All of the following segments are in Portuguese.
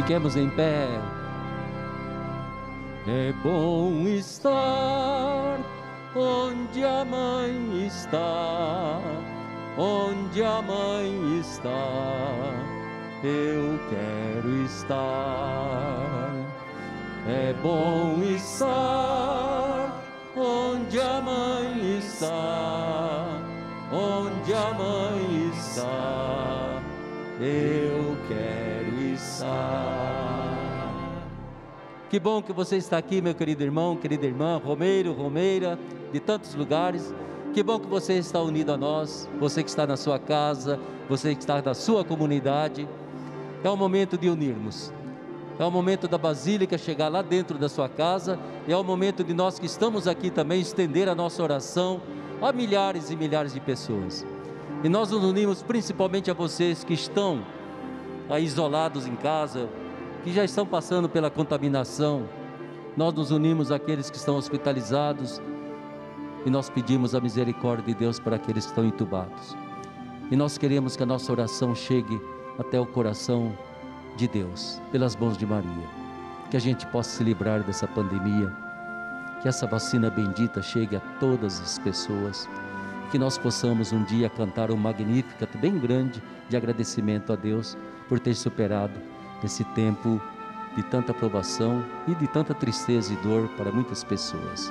Fiquemos em pé. É bom estar onde a mãe está, onde a mãe está, eu quero estar. É bom estar onde a mãe está, onde a mãe está, eu quero estar. Que bom que você está aqui, meu querido irmão, querida irmã, romeiro, romeira, de tantos lugares. Que bom que você está unido a nós, você que está na sua casa, você que está na sua comunidade. É o momento de unirmos. É o momento da Basílica chegar lá dentro da sua casa. É o momento de nós que estamos aqui também estender a nossa oração a milhares e milhares de pessoas. E nós nos unimos principalmente a vocês que estão aí isolados em casa, que já estão passando pela contaminação. Nós nos unimos àqueles que estão hospitalizados e nós pedimos a misericórdia de Deus para aqueles que estão entubados. E nós queremos que a nossa oração chegue até o coração de Deus, pelas mãos de Maria, que a gente possa se livrar dessa pandemia, que essa vacina bendita chegue a todas as pessoas, que nós possamos um dia cantar um Magnificat bem grande de agradecimento a Deus por ter superado esse tempo de tanta provação e de tanta tristeza e dor para muitas pessoas.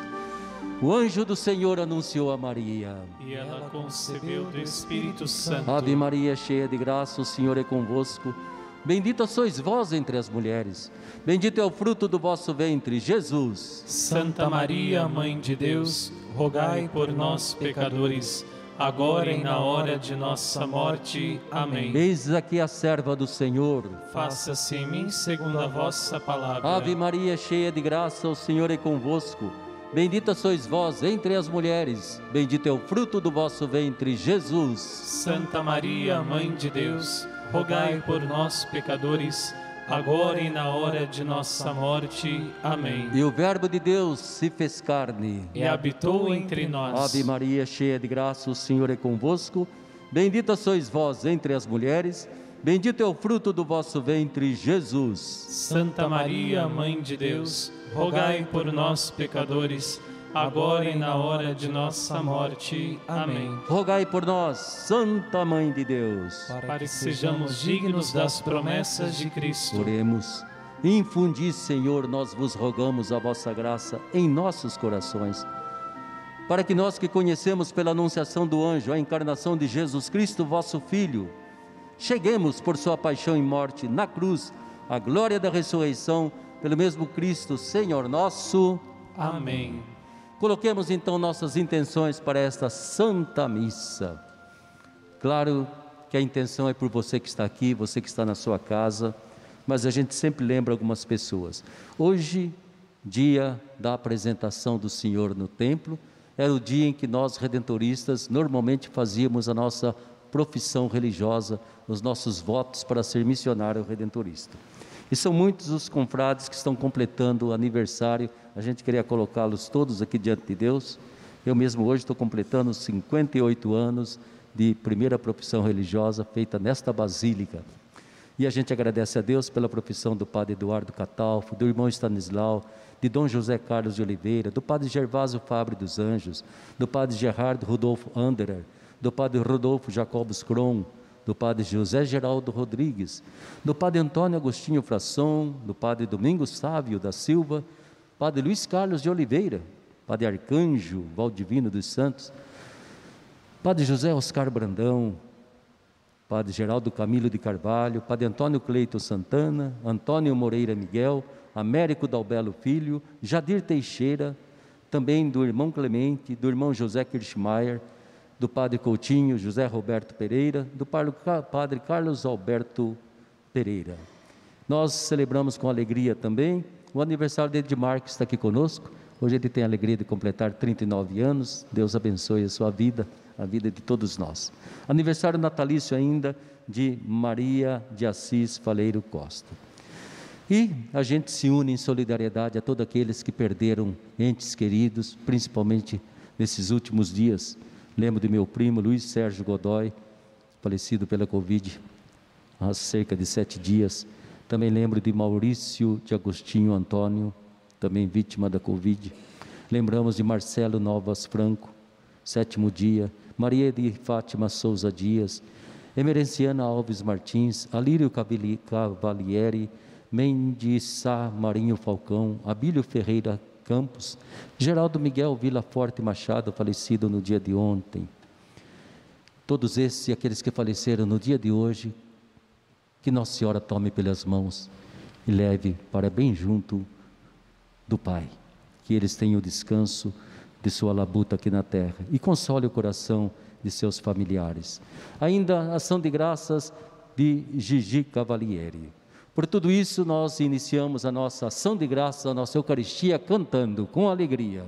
O anjo do Senhor anunciou a Maria, e ela concebeu do Espírito Santo. Ave Maria, cheia de graça, o Senhor é convosco. Bendita sois vós entre as mulheres, bendito é o fruto do vosso ventre, Jesus. Santa Maria, Mãe de Deus, rogai por nós, pecadores, agora e na hora de nossa morte. Amém. Eis aqui a serva do Senhor. Faça-se em mim segundo a vossa palavra. Ave Maria, cheia de graça, o Senhor é convosco. Bendita sois vós entre as mulheres, bendito é o fruto do vosso ventre, Jesus. Santa Maria, Mãe de Deus, rogai por nós, pecadores, agora e na hora de nossa morte. Amém. E o Verbo de Deus se fez carne e habitou entre nós. Ave Maria, cheia de graça, o Senhor é convosco. Bendita sois vós entre as mulheres, bendito é o fruto do vosso ventre, Jesus. Santa Maria, Mãe de Deus, rogai por nós, pecadores, agora e na hora de nossa morte. Amém. Rogai por nós, Santa Mãe de Deus, para que sejamos dignos das promessas de Cristo. Oremos. Infundi, Senhor, nós vos rogamos a vossa graça em nossos corações, para que nós que conhecemos pela anunciação do anjo a encarnação de Jesus Cristo, vosso Filho, cheguemos por sua paixão e morte na cruz, à glória da ressurreição, pelo mesmo Cristo, Senhor nosso. Amém. Coloquemos então nossas intenções para esta Santa Missa. Claro que a intenção é por você que está aqui, você que está na sua casa, mas a gente sempre lembra algumas pessoas. Hoje, dia da apresentação do Senhor no templo, era o dia em que nós redentoristas normalmente fazíamos a nossa profissão religiosa, os nossos votos para ser missionário redentorista. E são muitos os confrades que estão completando o aniversário. A gente queria colocá-los todos aqui diante de Deus. Eu mesmo hoje estou completando 58 anos de primeira profissão religiosa feita nesta basílica. E a gente agradece a Deus pela profissão do padre Eduardo Catalfo, do irmão Stanislau, de Dom José Carlos de Oliveira, do padre Gervásio Fabre dos Anjos, do padre Gerardo Rudolfo Anderer, do padre Rodolfo Jacobus Kron, do padre José Geraldo Rodrigues, do padre Antônio Agostinho Frasson, do padre Domingos Sávio da Silva, padre Luiz Carlos de Oliveira, padre Arcanjo Valdivino dos Santos, padre José Oscar Brandão, padre Geraldo Camilo de Carvalho, padre Antônio Cleito Santana, Antônio Moreira Miguel, Américo Dalbelo Filho, Jadir Teixeira, também do irmão Clemente, do irmão José Kirchmeier, do padre Coutinho, José Roberto Pereira, do padre Carlos Alberto Pereira. Nós celebramos com alegria também o aniversário de Edmar, que está aqui conosco. Hoje ele tem a alegria de completar 39 anos. Deus abençoe a sua vida, a vida de todos nós. Aniversário natalício ainda de Maria de Assis Faleiro Costa. E a gente se une em solidariedade a todos aqueles que perderam entes queridos, principalmente nesses últimos dias. Lembro de meu primo Luiz Sérgio Godoy, falecido pela Covid há cerca de 7 dias. Também lembro de Maurício de Agostinho Antônio, também vítima da Covid. Lembramos de Marcelo Novas Franco, 7º dia, Maria de Fátima Souza Dias, Emerenciana Alves Martins, Alírio Cavalieri, Mendes Sá Marinho Falcão, Abílio Ferreira Campos, Geraldo Miguel Vila Forte Machado, falecido no dia de ontem. Todos esses e aqueles que faleceram no dia de hoje, que Nossa Senhora tome pelas mãos e leve para bem junto do Pai, que eles tenham o descanso de sua labuta aqui na terra e console o coração de seus familiares. Ainda a ação de graças de Gigi Cavalieri. Por tudo isso, nós iniciamos a nossa ação de graças, a nossa Eucaristia, cantando com alegria.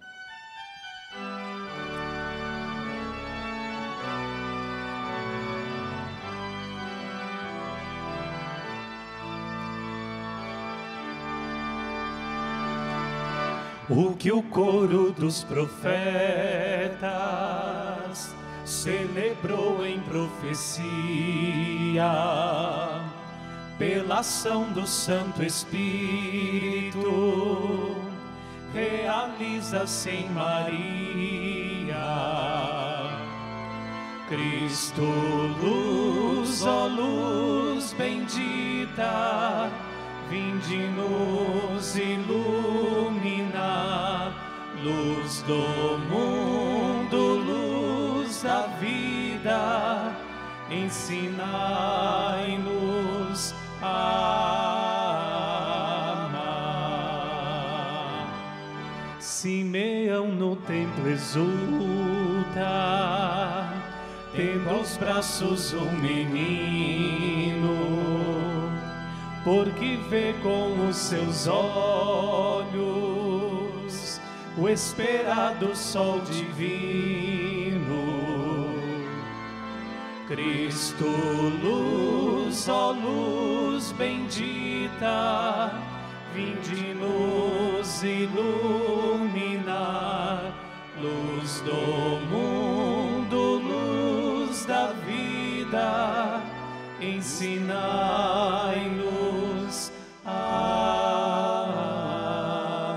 O que o coro dos profetas celebrou em profecia, pela ação do Santo Espírito, realiza-se em Maria. Cristo, luz, ó luz bendita, vinde-nos iluminar, luz do mundo, luz da vida, ensinai-nos a amar. Simeão no templo exulta, tendo aos braços um menino, porque vê com os seus olhos o esperado sol divino. Cristo, luz, ó luz bendita, vinde-nos iluminar, luz do mundo, luz da vida, ensinai-nos a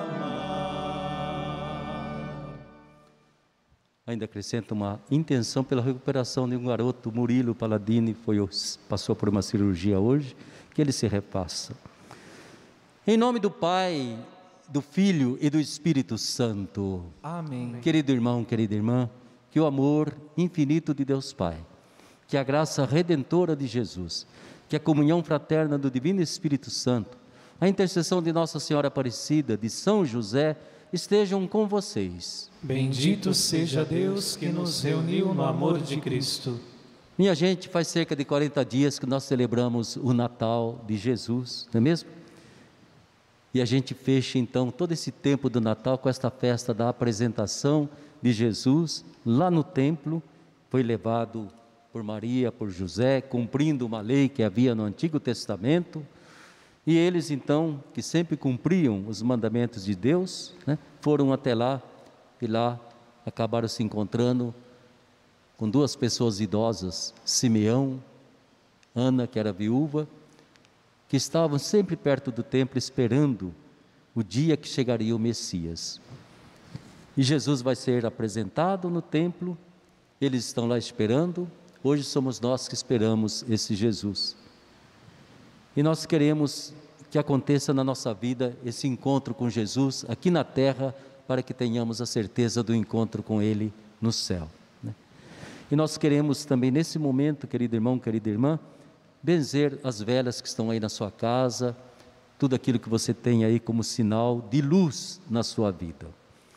amar. Ainda acrescenta uma intenção pela recuperação de um garoto, Murilo Paladini, passou por uma cirurgia hoje, que ele se refaça. Em nome do Pai, do Filho e do Espírito Santo. Amém. Querido irmão, querida irmã, que o amor infinito de Deus Pai, que a graça redentora de Jesus, que a comunhão fraterna do Divino Espírito Santo, a intercessão de Nossa Senhora Aparecida, de São José, estejam com vocês. Bendito seja Deus que nos reuniu no amor de Cristo. Minha gente, faz cerca de 40 dias que nós celebramos o Natal de Jesus, não é mesmo? E a gente fecha então todo esse tempo do Natal com esta festa da apresentação de Jesus lá no templo. Foi levado por Maria, por José, cumprindo uma lei que havia no Antigo Testamento, e eles então, que sempre cumpriam os mandamentos de Deus, né, foram até lá, e lá acabaram se encontrando com duas pessoas idosas, Simeão, Ana, que era viúva, que estavam sempre perto do templo esperando o dia que chegaria o Messias. E Jesus vai ser apresentado no templo, eles estão lá esperando. Hoje somos nós que esperamos esse Jesus. E nós queremos que aconteça na nossa vida esse encontro com Jesus aqui na terra, para que tenhamos a certeza do encontro com Ele no céu, né? E nós queremos também nesse momento, querido irmão, querida irmã, benzer as velas que estão aí na sua casa, tudo aquilo que você tem aí como sinal de luz na sua vida.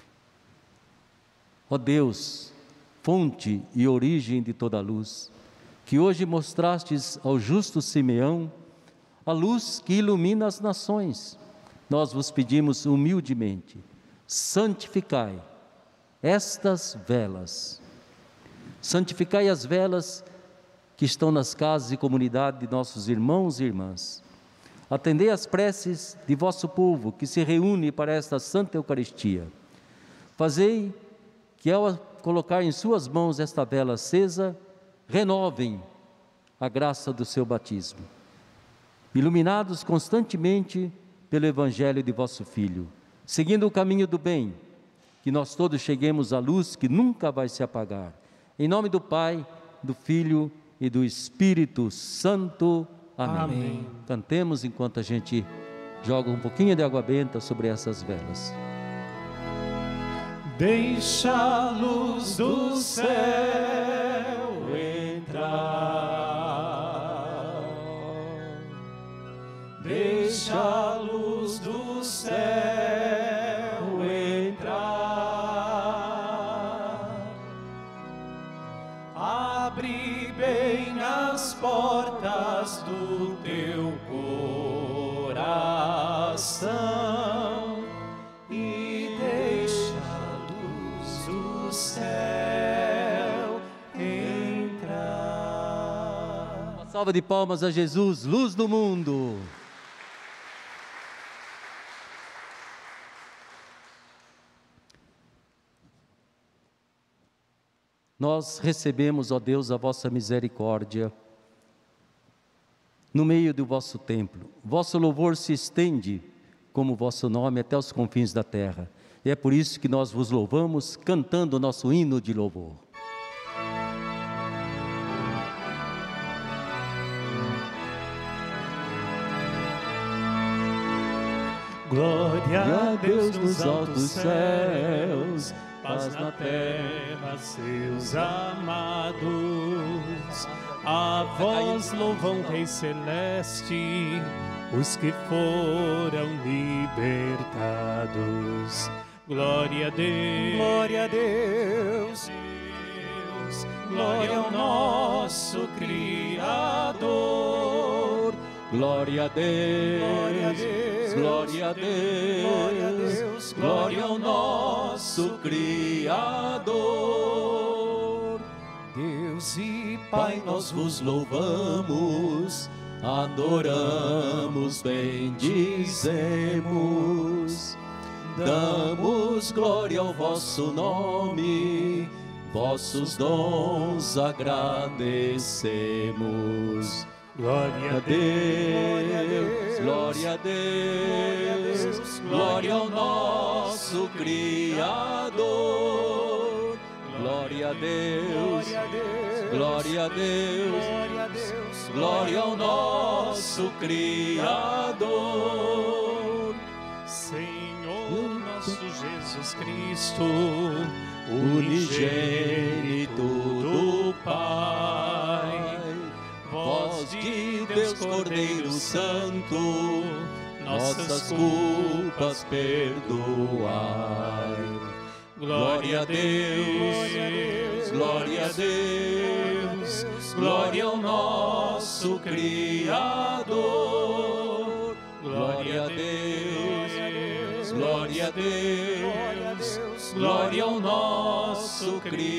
Ó Deus, fonte e origem de toda a luz, que hoje mostrastes ao justo Simeão a luz que ilumina as nações, nós vos pedimos humildemente, santificai estas velas, santificai as velas que estão nas casas e comunidades de nossos irmãos e irmãs. Atendei as preces de vosso povo que se reúne para esta Santa Eucaristia. Fazei que ao colocar em suas mãos esta vela acesa, renovem a graça do seu batismo. iluminados constantemente pelo Evangelho de vosso Filho, seguindo o caminho do bem, que nós todos cheguemos à luz que nunca vai se apagar. Em nome do Pai, do Filho e do Espírito Santo. Amém. Amém. Cantemos enquanto a gente joga um pouquinho de água benta sobre essas velas. Deixa a luz do céu entrar, deixa a luz do céu entrar, abre bem as portas do teu coração e deixa a luz do céu entrar. Uma salva de palmas a Jesus, luz do mundo. Nós recebemos, ó Deus, a vossa misericórdia no meio do vosso templo. Vosso louvor se estende, como vosso nome, até os confins da terra. E é por isso que nós vos louvamos, cantando o nosso hino de louvor. Glória a Deus nos altos céus, paz na terra, seus amados. A vós louvam, Rei Celeste, os que foram libertados. Glória a Deus, glória a Deus, glória ao nosso Criador. Glória a Deus, glória a Deus, glória ao nosso Criador. Deus e Pai, nós vos louvamos, adoramos, bendizemos, damos glória ao vosso nome, vossos dons agradecemos. Glória a Deus, glória a Deus, glória ao nosso Criador. Glória a Deus, glória a Deus, glória ao nosso Criador. Senhor nosso Jesus Cristo, unigênito do Pai, voz de Deus Cordeiro Santo, nossas culpas perdoai. Glória a Deus, glória a Deus, glória ao nosso Criador. Glória a Deus, glória a Deus, glória ao nosso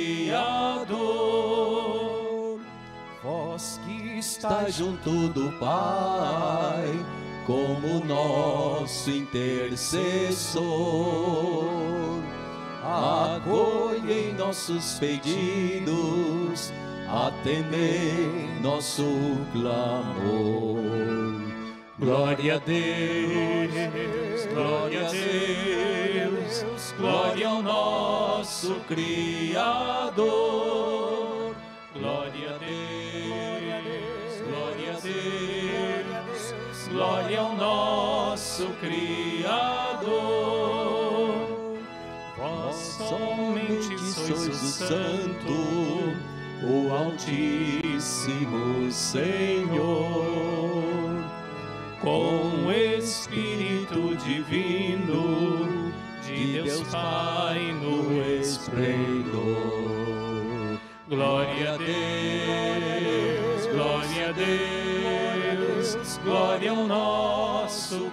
Criador. vós que Estais junto do Pai, como nosso intercessor. Acolhei nossos pedidos, atendei nosso clamor. Glória a Deus, glória a Deus, glória ao nosso Criador. Glória a Deus, glória a Deus, glória ao nosso Criador. Vós somente sois o Santo, o Altíssimo Senhor, com o Espírito Divino de Deus Pai no esplendor. Glória a Deus, glória a Deus, glória ao nosso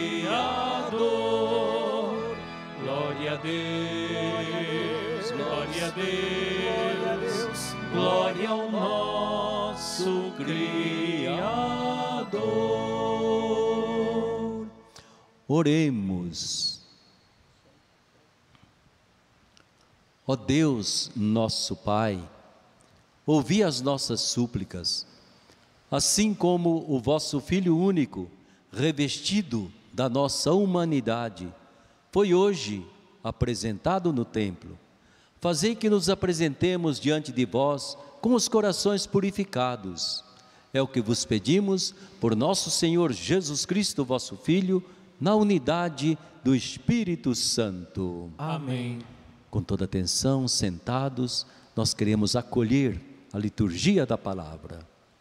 Criador. Glória a Deus, glória a Deus, glória ao nosso Criador. Oremos. Ó Deus, nosso Pai, ouvi as nossas súplicas, assim como o vosso Filho único, revestido da nossa humanidade, foi hoje apresentado no templo. Fazei que nos apresentemos diante de vós com os corações purificados. É o que vos pedimos por nosso Senhor Jesus Cristo, vosso Filho, na unidade do Espírito Santo. Amém. Com toda atenção, sentados, nós queremos acolher a liturgia da palavra.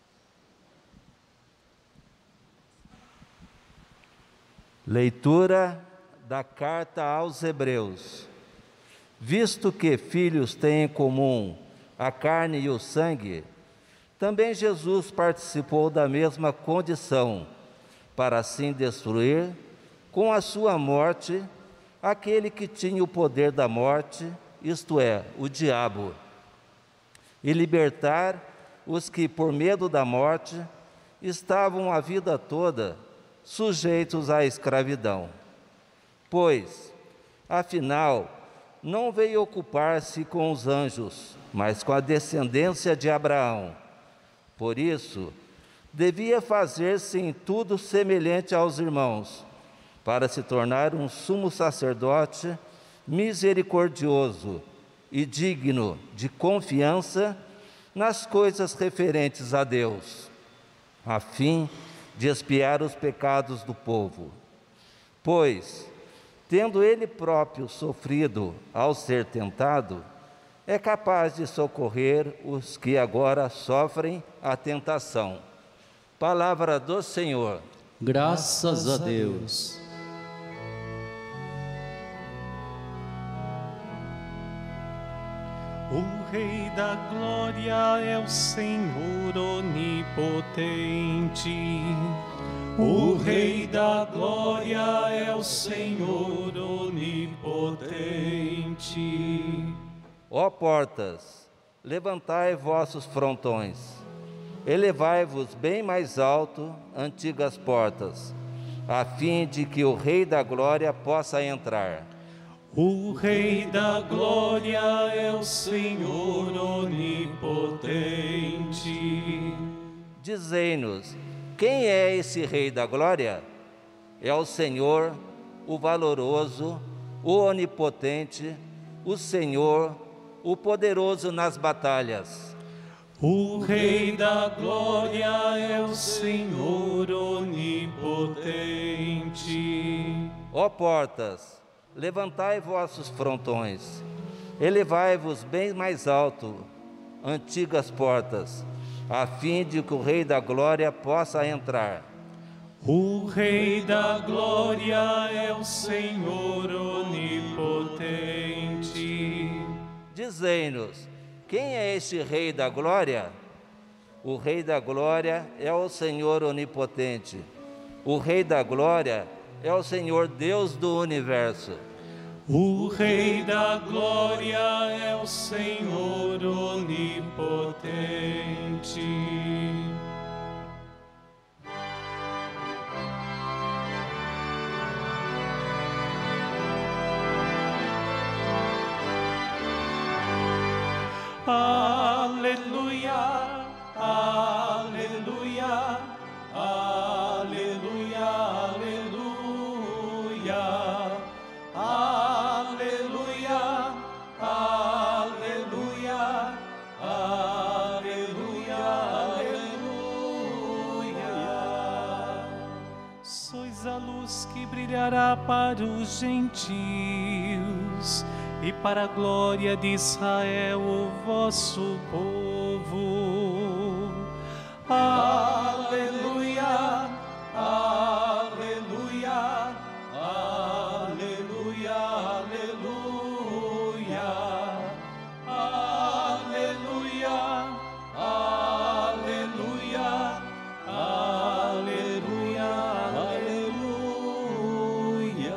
Leitura da carta aos Hebreus. Visto que filhos têm em comum a carne e o sangue, também Jesus participou da mesma condição, para assim destruir, com a sua morte, aquele que tinha o poder da morte, isto é, o diabo, e libertar os que, por medo da morte, estavam a vida toda sujeitos à escravidão. Pois, afinal, não veio ocupar-se com os anjos, mas com a descendência de Abraão. Por isso, devia fazer-se em tudo semelhante aos irmãos, para se tornar um sumo sacerdote misericordioso e digno de confiança nas coisas referentes a Deus, a fim de expiar os pecados do povo. Pois, tendo ele próprio sofrido ao ser tentado, é capaz de socorrer os que agora sofrem a tentação. Palavra do Senhor. Graças a Deus. O Rei da Glória é o Senhor onipotente. O Rei da Glória é o Senhor onipotente. Ó portas, levantai vossos frontões, elevai-vos bem mais alto, antigas portas, a fim de que o Rei da Glória possa entrar. O Rei da Glória é o Senhor onipotente. Dizei-nos, quem é esse Rei da Glória? É o Senhor, o valoroso, o onipotente, o Senhor, o poderoso nas batalhas. O Rei da Glória é o Senhor onipotente. Ó portas, levantai vossos frontões, elevai-vos bem mais alto, antigas portas, a fim de que o Rei da Glória possa entrar. O Rei da Glória é o Senhor onipotente. Dizei-nos, quem é este Rei da Glória? O Rei da Glória é o Senhor onipotente. O Rei da Glória é o Senhor Deus do universo. O Rei da Glória é o Senhor onipotente. Aleluia, aleluia, aleluia, aleluia, aleluia, aleluia, aleluia, aleluia. Sois a luz que brilhará para os gentios e para a glória de Israel, o vosso povo. Aleluia, aleluia, aleluia, aleluia, aleluia, aleluia, aleluia, aleluia.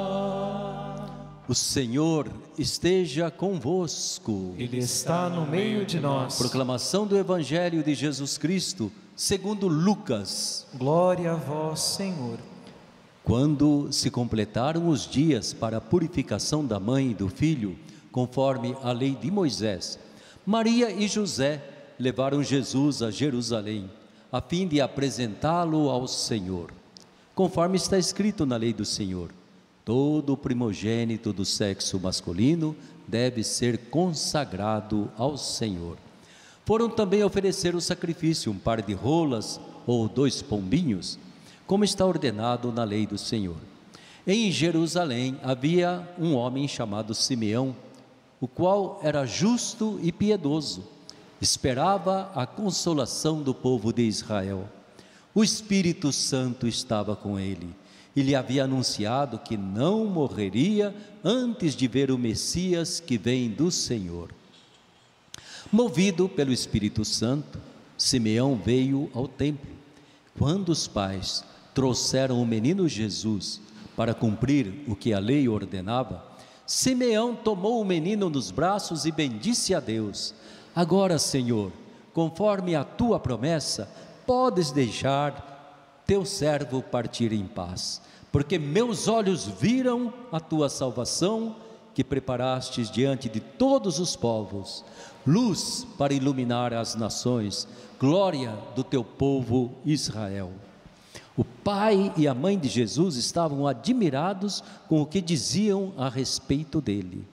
O Senhor esteja convosco. Ele está no meio de nós. Proclamação do Evangelho de Jesus Cristo, segundo Lucas. Glória a vós, Senhor. Quando se completaram os dias para a purificação da mãe e do filho, conforme a lei de Moisés, Maria e José levaram Jesus a Jerusalém. a fim de apresentá-lo ao Senhor. Conforme está escrito na lei do Senhor, todo primogênito do sexo masculino deve ser consagrado ao Senhor. Foram também oferecer o sacrifício, um par de rolas ou 2 pombinhos, como está ordenado na lei do Senhor. Em Jerusalém havia um homem chamado Simeão, o qual era justo e piedoso, esperava a consolação do povo de Israel. O Espírito Santo estava com ele e lhe havia anunciado que não morreria antes de ver o Messias que vem do Senhor. Movido pelo Espírito Santo, Simeão veio ao templo. Quando os pais trouxeram o menino Jesus para cumprir o que a lei ordenava, Simeão tomou o menino nos braços e bendisse a Deus. Agora, Senhor, conforme a tua promessa, podes deixar teu servo partir em paz, porque meus olhos viram a tua salvação, que preparastes diante de todos os povos, luz para iluminar as nações, glória do teu povo Israel. O pai e a mãe de Jesus estavam admirados com o que diziam a respeito dele.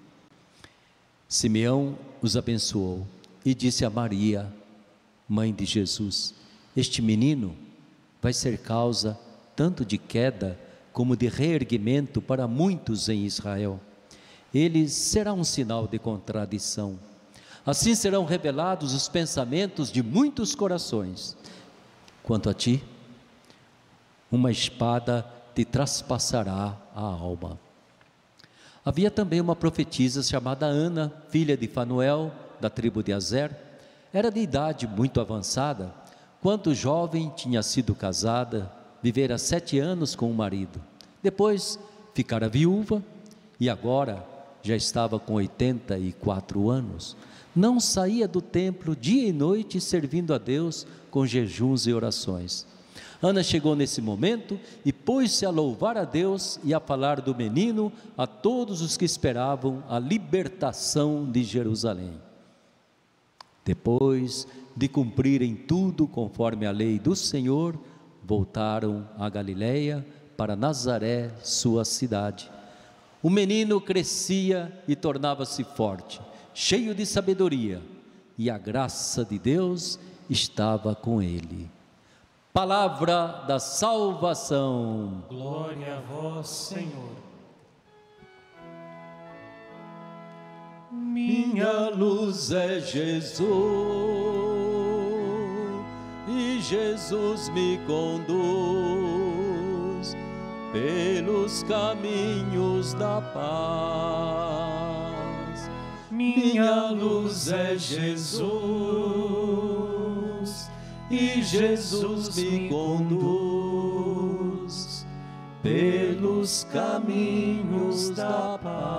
Simeão os abençoou e disse a Maria, mãe de Jesus: este menino vai ser causa tanto de queda como de reerguimento para muitos em Israel. Ele será um sinal de contradição. Assim serão revelados os pensamentos de muitos corações. Quanto a ti, uma espada te traspassará a alma. Havia também uma profetisa chamada Ana, filha de Fanuel, da tribo de Aser. Era de idade muito avançada, quando jovem tinha sido casada, vivera 7 anos com o marido. Depois ficara viúva e agora já estava com 84 anos. Não saía do templo dia e noite servindo a Deus com jejuns e orações. Ana chegou nesse momento e pôs-se a louvar a Deus e a falar do menino a todos os que esperavam a libertação de Jerusalém. Depois de cumprirem tudo conforme a lei do Senhor, voltaram a Galiléia, para Nazaré, sua cidade. O menino crescia e tornava-se forte, cheio de sabedoria, e a graça de Deus estava com ele. Palavra da salvação. Glória a vós, Senhor. Minha luz é Jesus, e Jesus me conduz pelos caminhos da paz. Minha luz é Jesus, e Jesus me conduz pelos caminhos da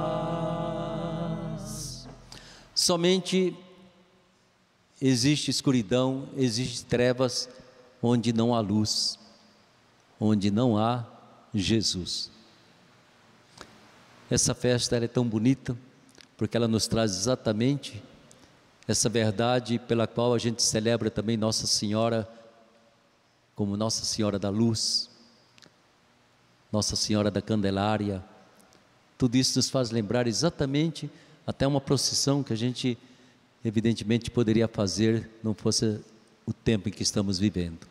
paz. Somente existe escuridão, existe trevas onde não há luz, onde não há Jesus. Essa festa ela é tão bonita porque ela nos traz exatamente essa verdade pela qual a gente celebra também Nossa Senhora como Nossa Senhora da Luz, Nossa Senhora da Candelária. Tudo isso nos faz lembrar exatamente até uma procissão que a gente evidentemente poderia fazer, não fosse o tempo em que estamos vivendo.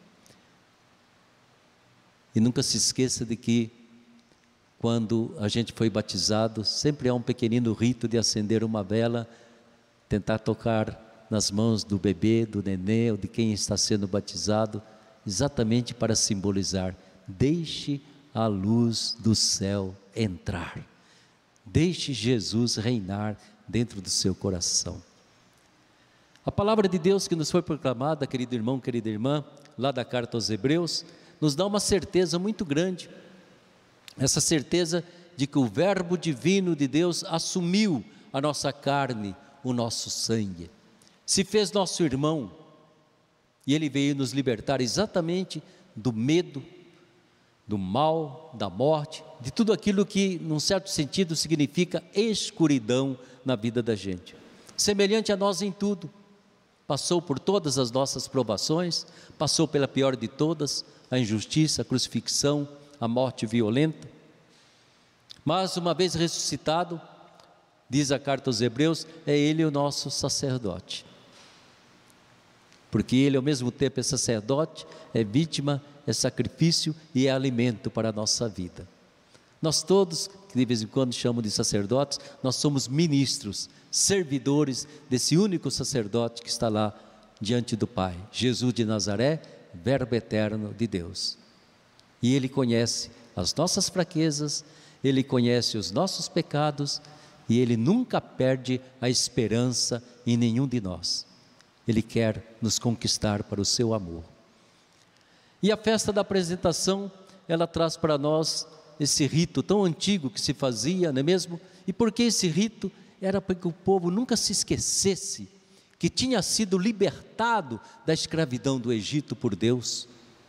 E nunca se esqueça de que quando a gente foi batizado, sempre há um pequenino rito de acender uma vela, tentar tocar nas mãos do bebê, do nenê ou de quem está sendo batizado, exatamente para simbolizar: deixe a luz do céu entrar, deixe Jesus reinar dentro do seu coração. A palavra de Deus que nos foi proclamada, querido irmão, querida irmã, lá da carta aos Hebreus, nos dá uma certeza muito grande, essa certeza de que o verbo divino de Deus assumiu a nossa carne, o nosso sangue, se fez nosso irmão, e Ele veio nos libertar exatamente do medo, do mal, da morte, de tudo aquilo que, num certo sentido, significa escuridão na vida da gente. Semelhante a nós em tudo, passou por todas as nossas provações, passou pela pior de todas, a injustiça, a crucifixão, a morte violenta. Mas uma vez ressuscitado, diz a carta aos Hebreus, é Ele o nosso sacerdote. Porque Ele ao mesmo tempo é sacerdote, é vítima, é sacrifício e é alimento para a nossa vida. Nós todos, que de vez em quando chamam de sacerdotes, nós somos ministros, servidores desse único sacerdote que está lá diante do Pai, Jesus de Nazaré, Verbo eterno de Deus. E Ele conhece as nossas fraquezas, Ele conhece os nossos pecados e Ele nunca perde a esperança em nenhum de nós. Ele quer nos conquistar para o seu amor. E a festa da apresentação, ela traz para nós esse rito tão antigo que se fazia, não é mesmo? E por que esse rito? Era para que o povo nunca se esquecesse que tinha sido libertado da escravidão do Egito por Deus.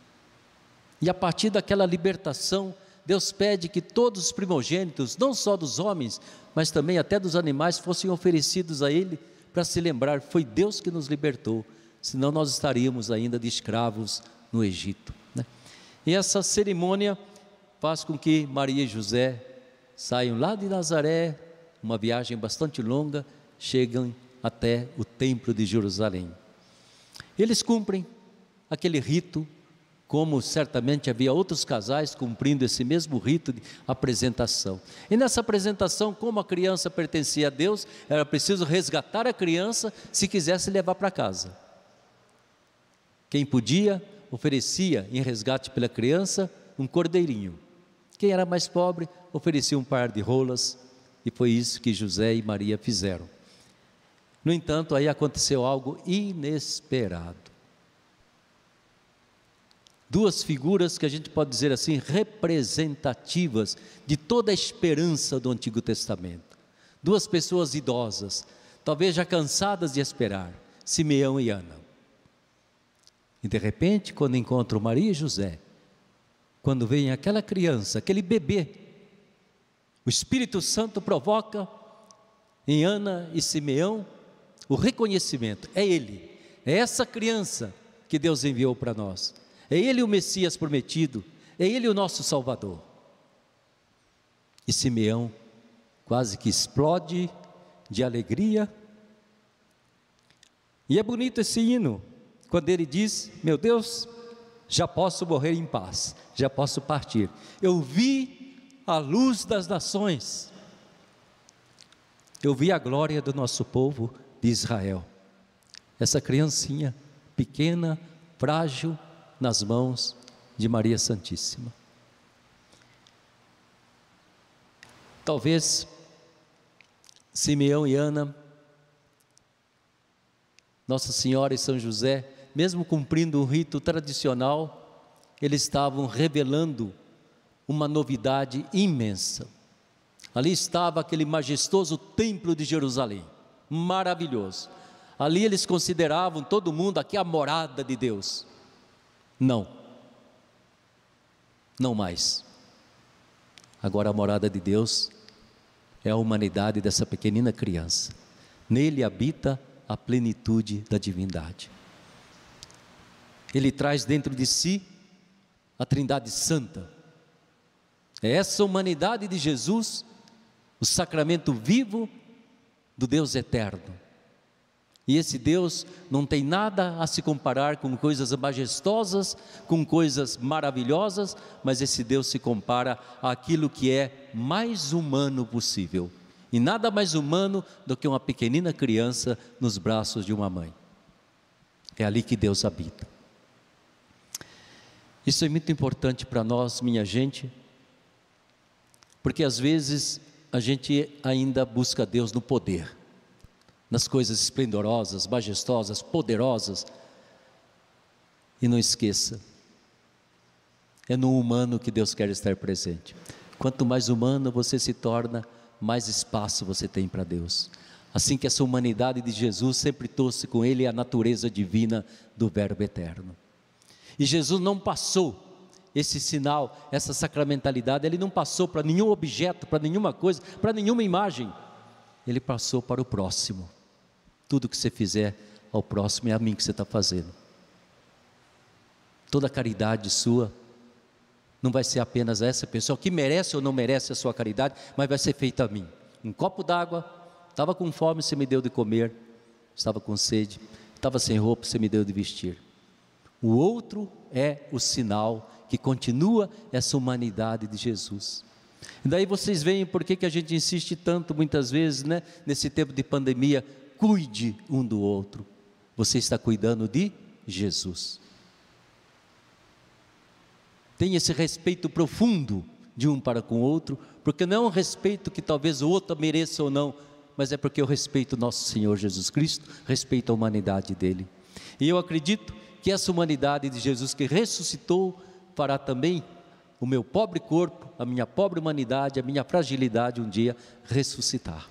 E a partir daquela libertação, Deus pede que todos os primogênitos, não só dos homens, mas também até dos animais, fossem oferecidos a Ele, para se lembrar, foi Deus que nos libertou, senão nós estaríamos ainda de escravos no Egito, né? E essa cerimônia faz com que Maria e José saiam lá de Nazaré, uma viagem bastante longa, chegam até o templo de Jerusalém. Eles cumprem aquele rito, como certamente havia outros casais cumprindo esse mesmo rito de apresentação. E nessa apresentação, como a criança pertencia a Deus, era preciso resgatar a criança se quisesse levar para casa. Quem podia, oferecia em resgate pela criança um cordeirinho. Quem era mais pobre, oferecia um par de rolas, e foi isso que José e Maria fizeram. No entanto, aí aconteceu algo inesperado. Duas figuras que a gente pode dizer assim, representativas de toda a esperança do Antigo Testamento. Duas pessoas idosas, talvez já cansadas de esperar, Simeão e Ana. E de repente, quando encontram Maria e José, quando vem aquela criança, aquele bebê, o Espírito Santo provoca em Ana e Simeão o reconhecimento. É Ele, é essa criança que Deus enviou para nós. É Ele o Messias prometido, é Ele o nosso Salvador. E Simeão quase que explode de alegria. E é bonito esse hino, quando ele diz, meu Deus, já posso morrer em paz, já posso partir. Eu vi a luz das nações, eu vi a glória do nosso povo de Israel. Essa criancinha pequena, frágil, nas mãos de Maria Santíssima. Talvez Simeão e Ana, Nossa Senhora e São José, mesmo cumprindo um rito tradicional, eles estavam revelando uma novidade imensa. Ali estava aquele majestoso templo de Jerusalém, maravilhoso. Ali eles consideravam todo mundo aqui a morada de Deus. Não mais. Agora a morada de Deus é a humanidade dessa pequenina criança. Nele habita a plenitude da divindade. Ele traz dentro de si a Trindade Santa. É essa humanidade de Jesus, o sacramento vivo do Deus eterno. E esse Deus não tem nada a se comparar com coisas majestosas, com coisas maravilhosas, mas esse Deus se compara àquilo que é mais humano possível. E nada mais humano do que uma pequenina criança nos braços de uma mãe. É ali que Deus habita. Isso é muito importante para nós, minha gente, porque às vezes a gente ainda busca Deus no poder, nas coisas esplendorosas, majestosas, poderosas, e não esqueça, é no humano que Deus quer estar presente. Quanto mais humano você se torna, mais espaço você tem para Deus. Assim que essa humanidade de Jesus sempre trouxe com Ele a natureza divina do Verbo eterno. E Jesus não passou esse sinal, essa sacramentalidade, Ele não passou para nenhum objeto, para nenhuma coisa, para nenhuma imagem. Ele passou para o próximo. Tudo que você fizer ao próximo e a mim que você está fazendo. Toda caridade sua não vai ser apenas a essa pessoa que merece ou não merece a sua caridade, mas vai ser feita a mim. Um copo d'água, estava com fome, você me deu de comer, estava com sede, estava sem roupa, você me deu de vestir. O outro é o sinal que continua essa humanidade de Jesus. E daí vocês veem por que a gente insiste tanto muitas vezes, né, nesse tempo de pandemia, cuide um do outro. Você está cuidando de Jesus. Tenha esse respeito profundo de um para com o outro, porque não é um respeito que talvez o outro mereça ou não, mas é porque eu respeito nosso Senhor Jesus Cristo, respeito a humanidade dele. E eu acredito que essa humanidade de Jesus que ressuscitou fará também o meu pobre corpo, a minha pobre humanidade, a minha fragilidade um dia ressuscitar.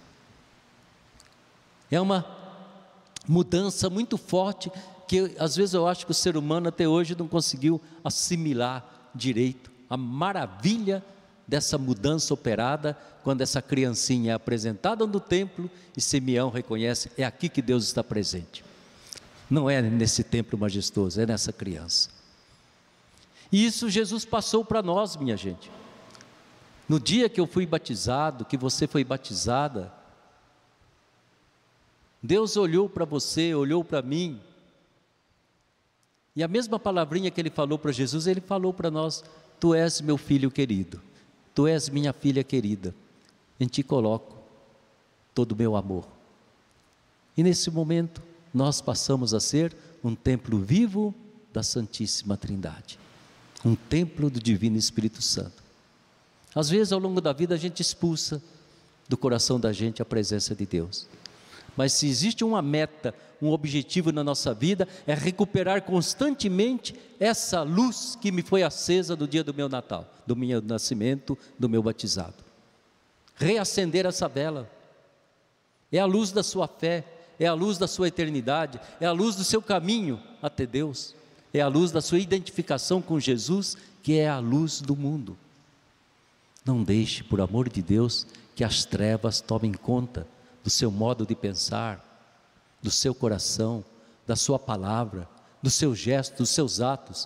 É uma mudança muito forte que às vezes eu acho que o ser humano até hoje não conseguiu assimilar direito a maravilha dessa mudança operada quando essa criancinha é apresentada no templo e Simeão reconhece, é aqui que Deus está presente. Não é nesse templo majestoso, é nessa criança. E isso Jesus passou para nós, minha gente. No dia que eu fui batizado, que você foi batizada, Deus olhou para você, olhou para mim, e a mesma palavrinha que Ele falou para Jesus, Ele falou para nós: tu és meu filho querido, tu és minha filha querida, em ti coloco todo o meu amor. E nesse momento, nós passamos a ser um templo vivo da Santíssima Trindade, um templo do Divino Espírito Santo. Às vezes ao longo da vida a gente expulsa do coração da gente a presença de Deus, mas se existe uma meta, um objetivo na nossa vida, é recuperar constantemente essa luz que me foi acesa do dia do meu Natal, do meu nascimento, do meu batizado. Reacender essa vela, é a luz da sua fé, é a luz da sua eternidade, é a luz do seu caminho até Deus, é a luz da sua identificação com Jesus, que é a luz do mundo. Não deixe, por amor de Deus, que as trevas tomem conta do seu modo de pensar, do seu coração, da sua palavra, do seu gesto, dos seus atos.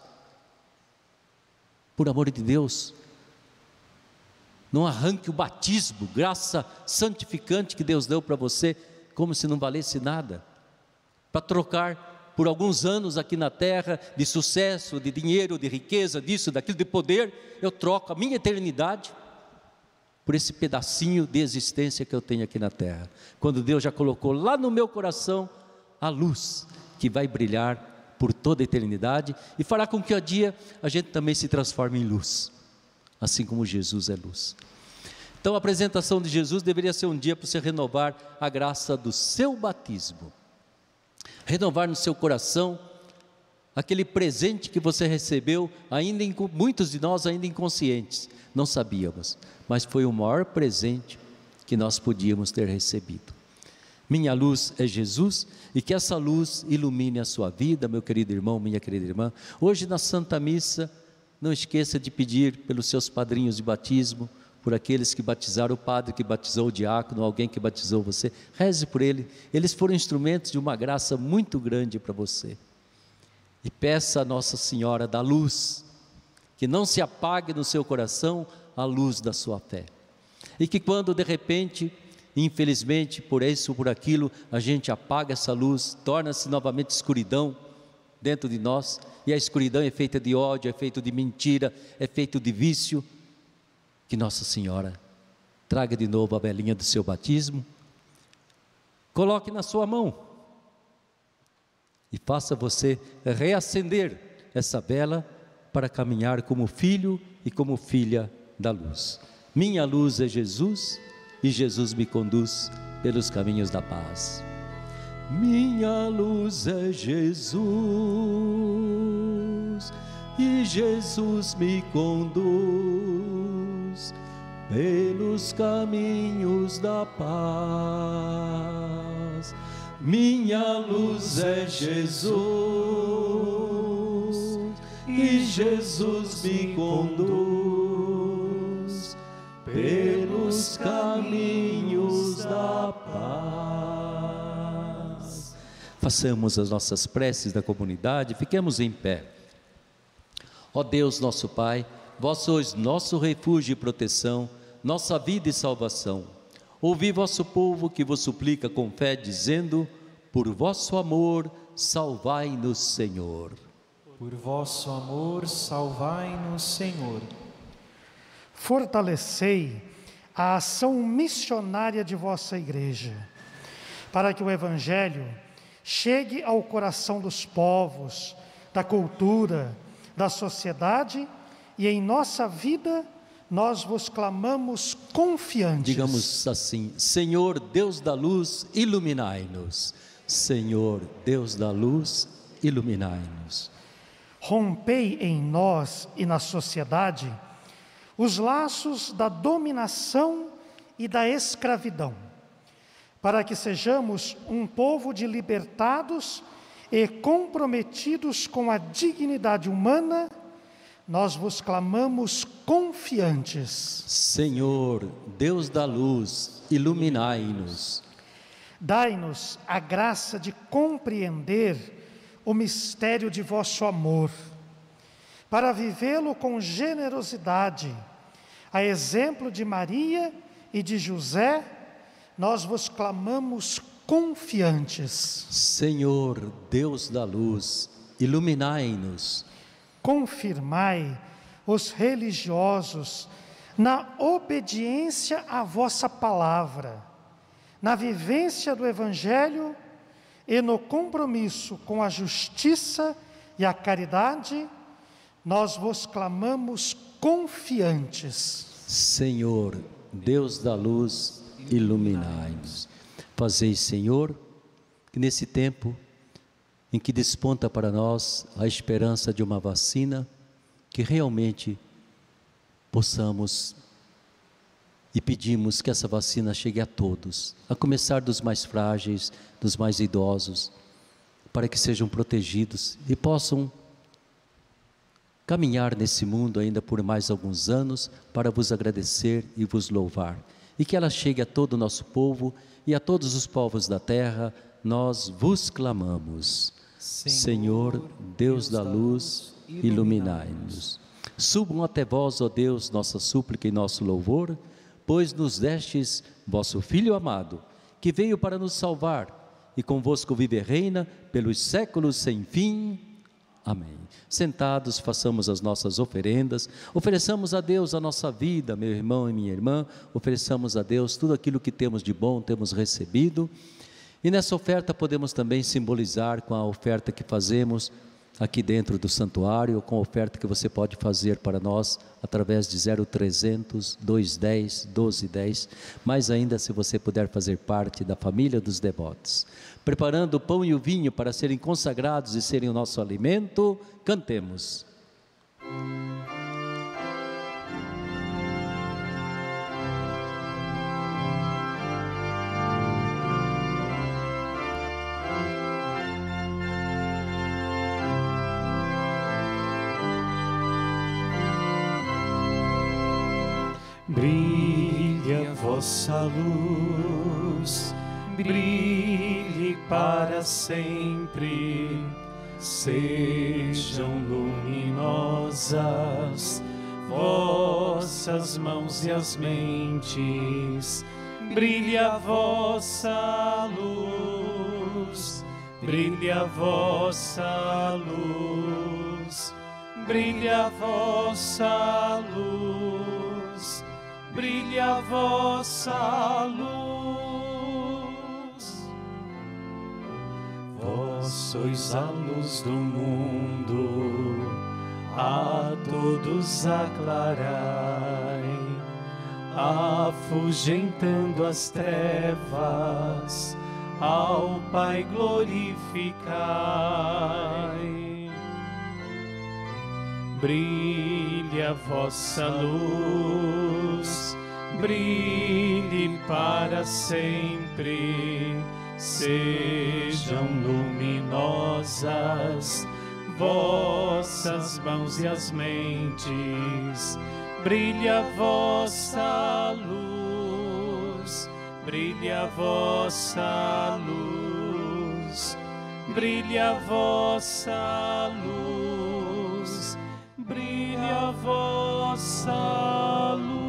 Por amor de Deus, não arranque o batismo, graça santificante que Deus deu para você, como se não valesse nada, para trocar por alguns anos aqui na terra, de sucesso, de dinheiro, de riqueza, disso, daquilo, de poder. Eu troco a minha eternidade por esse pedacinho de existência que eu tenho aqui na terra, quando Deus já colocou lá no meu coração a luz que vai brilhar por toda a eternidade e fará com que a dia a gente também se transforme em luz, assim como Jesus é luz. Então a apresentação de Jesus deveria ser um dia para você renovar a graça do seu batismo, renovar no seu coração aquele presente que você recebeu, muitos de nós ainda inconscientes, não sabíamos, mas foi o maior presente que nós podíamos ter recebido. Minha luz é Jesus, e que essa luz ilumine a sua vida, meu querido irmão, minha querida irmã. Hoje na Santa Missa, não esqueça de pedir pelos seus padrinhos de batismo, por aqueles que batizaram, o padre que batizou o diácono, alguém que batizou você, reze por ele, eles foram instrumentos de uma graça muito grande para você. E peça a Nossa Senhora da Luz, que não se apague no seu coração a luz da sua fé, e que quando de repente, infelizmente, por isso ou por aquilo, a gente apaga essa luz, torna-se novamente escuridão dentro de nós, e a escuridão é feita de ódio, é feita de mentira, é feita de vício, que Nossa Senhora traga de novo a velinha do seu batismo, coloque na sua mão, e faça você reacender essa vela, para caminhar como filho e como filha da luz. Minha luz é Jesus, e Jesus me conduz pelos caminhos da paz. Minha luz é Jesus, e Jesus me conduz pelos caminhos da paz. Minha luz é Jesus, e Jesus me conduz pelos caminhos da paz. Façamos as nossas preces da comunidade, fiquemos em pé. Ó Deus nosso Pai, vós sois nosso refúgio e proteção, nossa vida e salvação. Ouvi vosso povo que vos suplica com fé, dizendo: por vosso amor, salvai-nos, Senhor. Por vosso amor, salvai-nos, Senhor. Fortalecei a ação missionária de vossa Igreja, para que o Evangelho chegue ao coração dos povos, da cultura, da sociedade, e em nossa vida nós vos clamamos confiantes. Digamos assim: Senhor Deus da luz, iluminai-nos. Senhor Deus da luz, iluminai-nos. Rompei em nós e na sociedade os laços da dominação e da escravidão, para que sejamos um povo de libertados e comprometidos com a dignidade humana. Nós vos clamamos confiantes. Senhor, Deus da luz, iluminai-nos. Dai-nos a graça de compreender o mistério de vosso amor, para vivê-lo com generosidade, a exemplo de Maria e de José. Nós vos clamamos confiantes. Senhor, Deus da luz, iluminai-nos. Confirmai os religiosos na obediência à vossa palavra, na vivência do Evangelho e no compromisso com a justiça e a caridade. Nós vos clamamos confiantes. Senhor, Deus da luz, iluminai-nos. Fazei, Senhor, que nesse tempo em que desponta para nós a esperança de uma vacina, que realmente possamos e pedimos que essa vacina chegue a todos, a começar dos mais frágeis, dos mais idosos, para que sejam protegidos e possam caminhar nesse mundo ainda por mais alguns anos para vos agradecer e vos louvar. E que ela chegue a todo o nosso povo e a todos os povos da terra. Nós vos clamamos. Senhor, Deus da luz, iluminai-nos. Subam até vós, ó Deus, nossa súplica e nosso louvor, pois nos destes vosso Filho amado, que veio para nos salvar, e convosco vive e reina pelos séculos sem fim. Amém. Sentados, façamos as nossas oferendas, ofereçamos a Deus a nossa vida, meu irmão e minha irmã, ofereçamos a Deus tudo aquilo que temos de bom, temos recebido, e nessa oferta podemos também simbolizar com a oferta que fazemos aqui dentro do santuário, com a oferta que você pode fazer para nós através de 0300 210 1210, mais ainda se você puder fazer parte da família dos devotos. Preparando o pão e o vinho para serem consagrados e serem o nosso alimento, cantemos. Brilhe a vossa luz, brilhe para sempre, sejam luminosas vossas mãos e as mentes, brilhe a vossa luz, brilhe a vossa luz, brilhe a vossa luz. Brilhe a vossa luz. Vós sois a luz do mundo, a todos aclarai, afugentando as trevas, ao Pai glorificai. Brilhe a vossa luz, brilhe para sempre, sejam luminosas vossas mãos e as mentes, brilhe a vossa luz, brilhe a vossa luz, brilhe a vossa luz, brilhe a vossa luz.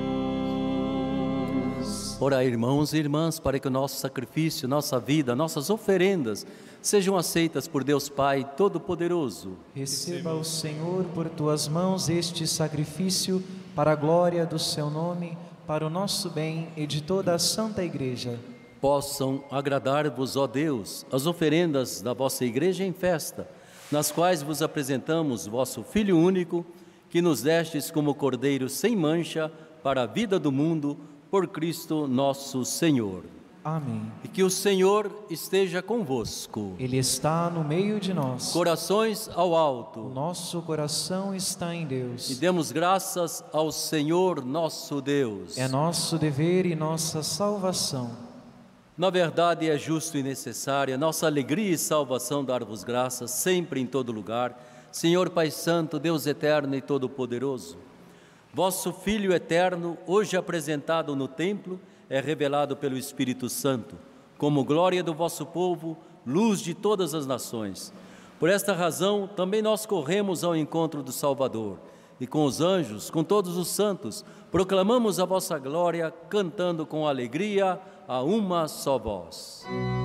Orai, irmãos e irmãs, para que o nosso sacrifício, nossa vida, nossas oferendas sejam aceitas por Deus Pai Todo-Poderoso. Receba o Senhor por tuas mãos este sacrifício para a glória do seu nome, para o nosso bem e de toda a Santa Igreja. Possam agradar-vos, ó Deus, as oferendas da vossa Igreja em festa, nas quais vos apresentamos vosso Filho único, que nos destes como Cordeiro sem mancha para a vida do mundo, por Cristo nosso Senhor. Amém. E que o Senhor esteja convosco. Ele está no meio de nós. Corações ao O alto. nosso coração está em Deus. E demos graças ao Senhor nosso Deus. É nosso dever e nossa salvação. Na verdade, é justo e necessária nossa alegria e salvação dar-vos graças sempre em todo lugar, Senhor Pai Santo, Deus eterno e todo-poderoso. Vosso Filho eterno, hoje apresentado no templo, é revelado pelo Espírito Santo, como glória do vosso povo, luz de todas as nações. Por esta razão, também nós corremos ao encontro do Salvador, e com os anjos, com todos os santos, proclamamos a vossa glória, cantando com alegria a uma só voz.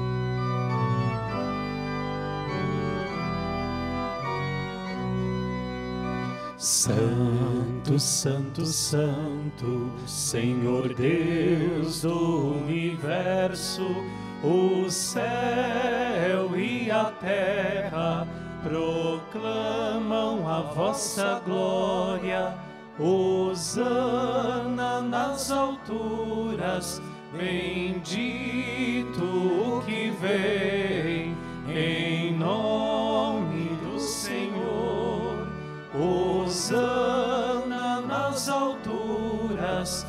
Santo, Santo, Santo, Senhor Deus do universo, o céu e a terra proclamam a vossa glória. Hosana nas alturas, bendito o que vem em nome do Senhor. Hosana nas alturas,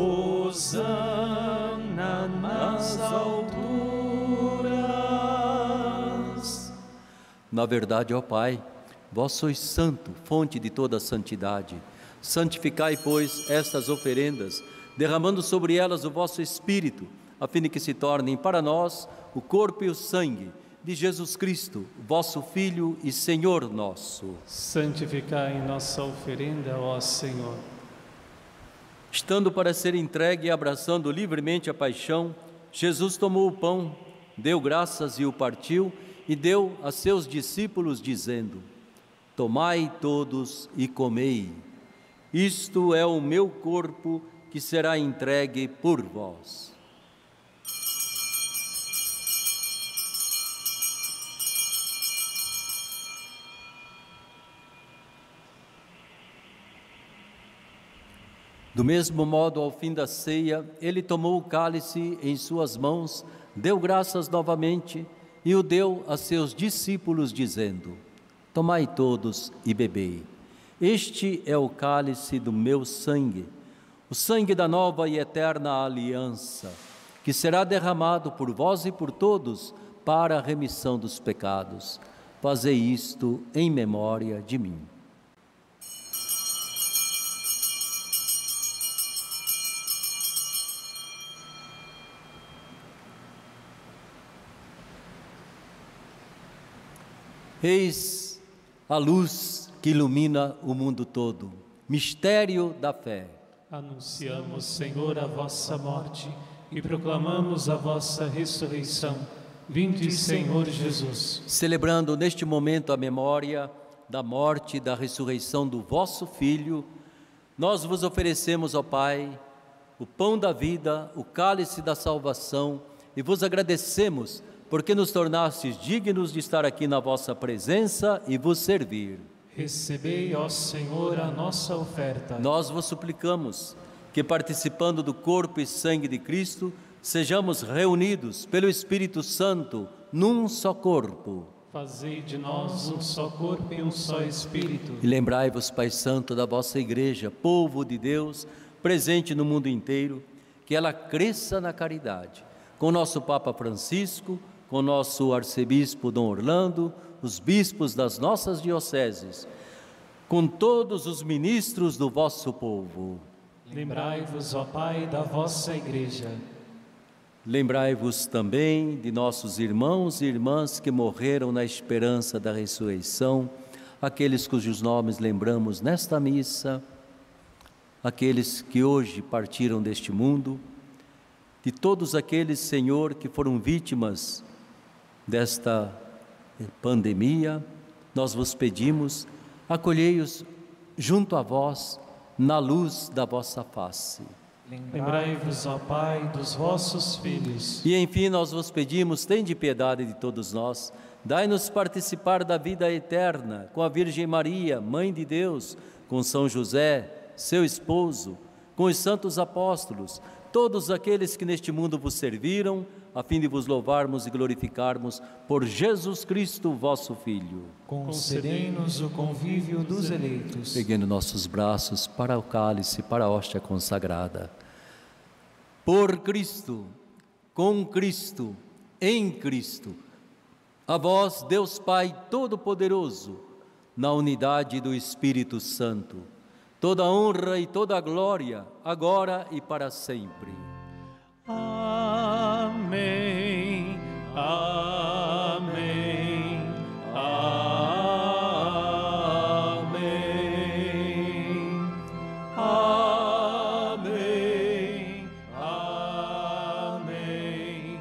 hosana nas alturas. Na verdade, ó Pai, vós sois santo, fonte de toda a santidade. Santificai, pois, estas oferendas, derramando sobre elas o vosso Espírito, a fim de que se tornem para nós o corpo e o sangue de Jesus Cristo, vosso Filho e Senhor nosso. Santificai nossa oferenda, ó Senhor. Estando para ser entregue e abraçando livremente a paixão, Jesus tomou o pão, deu graças e o partiu, e deu a seus discípulos, dizendo: Tomai todos e comei. Isto é o meu corpo, que será entregue por vós. Do mesmo modo, ao fim da ceia, ele tomou o cálice em suas mãos, deu graças novamente e o deu a seus discípulos, dizendo: Tomai todos e bebei. Este é o cálice do meu sangue, o sangue da nova e eterna aliança, que será derramado por vós e por todos para a remissão dos pecados. Fazei isto em memória de mim. Eis a luz que ilumina o mundo todo, mistério da fé. Anunciamos, Senhor, a vossa morte e proclamamos a vossa ressurreição. Vinde, Senhor Jesus. Celebrando neste momento a memória da morte e da ressurreição do vosso Filho, nós vos oferecemos, ó Pai, o pão da vida, o cálice da salvação, e vos agradecemos porque nos tornastes dignos de estar aqui na vossa presença e vos servir. Recebei, ó Senhor, a nossa oferta. Nós vos suplicamos que, participando do corpo e sangue de Cristo, sejamos reunidos pelo Espírito Santo num só corpo. Fazei de nós um só corpo e um só Espírito. E lembrai-vos, Pai Santo, da vossa Igreja, povo de Deus, presente no mundo inteiro, que ela cresça na caridade. Com nosso Papa Francisco, com nosso arcebispo Dom Orlando, os bispos das nossas dioceses, com todos os ministros do vosso povo. Lembrai-vos, ó Pai, da vossa Igreja. Lembrai-vos também de nossos irmãos e irmãs que morreram na esperança da ressurreição, aqueles cujos nomes lembramos nesta missa, aqueles que hoje partiram deste mundo, de todos aqueles, Senhor, que foram vítimas desta pandemia, nós vos pedimos, acolhei-os junto a vós, na luz da vossa face. Lembrai-vos, ó Pai, dos vossos filhos. E enfim nós vos pedimos, tende piedade de todos nós, dai-nos participar da vida eterna, com a Virgem Maria, Mãe de Deus, com São José, seu esposo, com os santos apóstolos, todos aqueles que neste mundo vos serviram, a fim de vos louvarmos e glorificarmos por Jesus Cristo, vosso Filho. Concedei-nos o convívio dos eleitos. Erguendo nossos braços para o cálice, para a hóstia consagrada. Por Cristo, com Cristo, em Cristo, a vós, Deus Pai Todo-Poderoso, na unidade do Espírito Santo, toda honra e toda glória, agora e para sempre. Amém, amém, amém, amém, amém,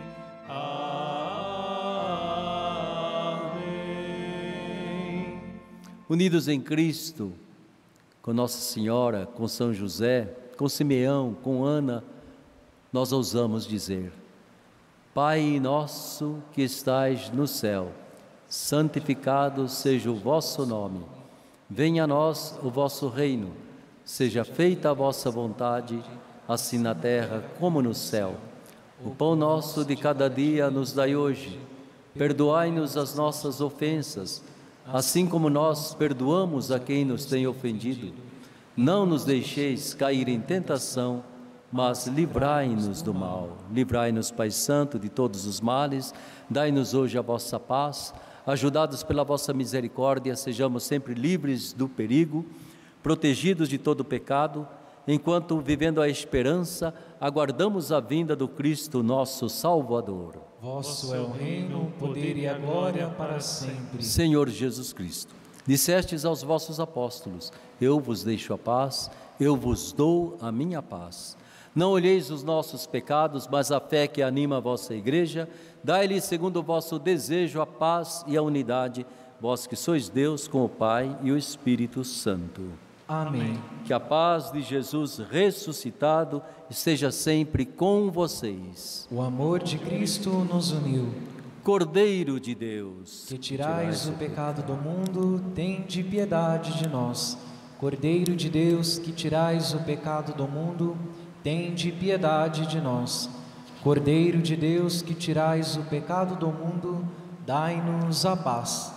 amém. Unidos em Cristo, com Nossa Senhora, com São José, com Simeão, com Ana, nós ousamos dizer: Pai nosso que estais no céu, santificado seja o vosso nome. Venha a nós o vosso reino. Seja feita a vossa vontade, assim na terra como no céu. O pão nosso de cada dia nos dai hoje. Perdoai-nos as nossas ofensas, assim como nós perdoamos a quem nos tem ofendido. Não nos deixeis cair em tentação, mas livrai-nos do mal. Livrai-nos, Pai Santo, de todos os males. Dai-nos hoje a vossa paz. Ajudados pela vossa misericórdia, sejamos sempre livres do perigo, protegidos de todo pecado, enquanto, vivendo a esperança, aguardamos a vinda do Cristo, nosso Salvador. Vosso é o reino, o poder e a glória para sempre. Senhor Jesus Cristo, dissestes aos vossos apóstolos: eu vos deixo a paz, eu vos dou a minha paz. Não olheis os nossos pecados, mas a fé que anima a vossa igreja. Dai-lhe, segundo o vosso desejo, a paz e a unidade, vós que sois Deus com o Pai e o Espírito Santo. Amém. Que a paz de Jesus ressuscitado esteja sempre com vocês. O amor de Cristo nos uniu. Cordeiro de Deus, Que tirais o pecado do mundo, tende piedade de nós. Cordeiro de Deus, que tirais o pecado do mundo, tende piedade de nós. Cordeiro de Deus, que tirais o pecado do mundo, dai-nos a paz.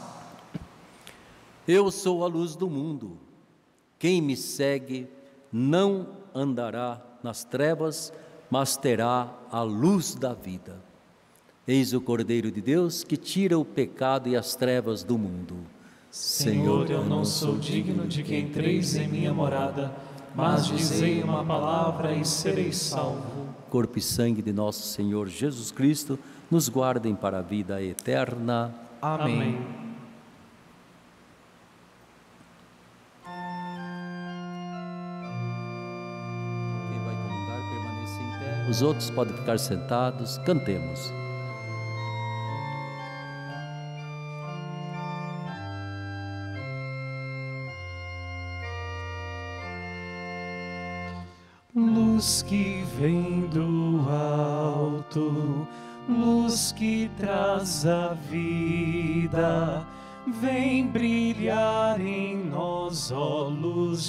eu sou a luz do mundo. Quem me segue não andará nas trevas, mas terá a luz da vida. Eis o Cordeiro de Deus que tira o pecado e as trevas do mundo. Senhor, eu não sou digno de que entreis em minha morada, mas dizei uma palavra e serei salvo. Corpo e sangue de nosso Senhor Jesus Cristo nos guardem para a vida eterna. Amém. Quem vai comungar, permaneça em pé. Os outros podem ficar sentados. Cantemos. Luz que vem do alto, luz que traz a vida, vem brilhar em nós, ó luz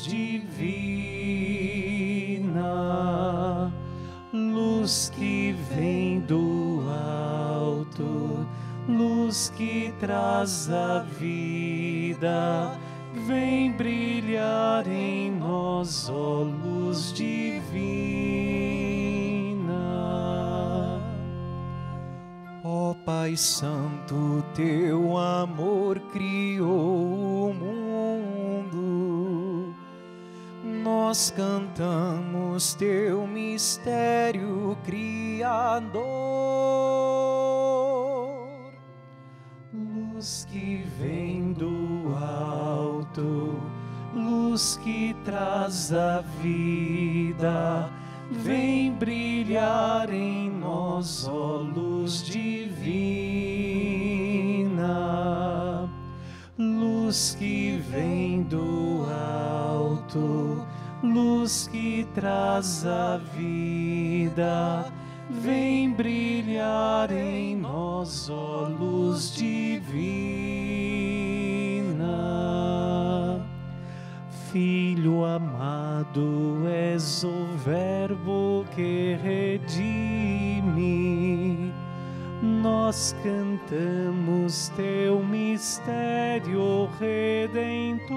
divina. Luz que vem do alto, luz que traz a vida, vem brilhar em nós, ó luz divina. Ó Pai Santo, teu amor criou o mundo. Nós nós cantamos teu mistério criador. Luz que vem do alto, luz que traz a vida, vem brilhar em nós, ó luz divina. Luz que vem do alto, luz que traz a vida, vem brilhar em nós, ó luz divina. Filho amado, és o Verbo que redime. Nós cantamos teu mistério redentor.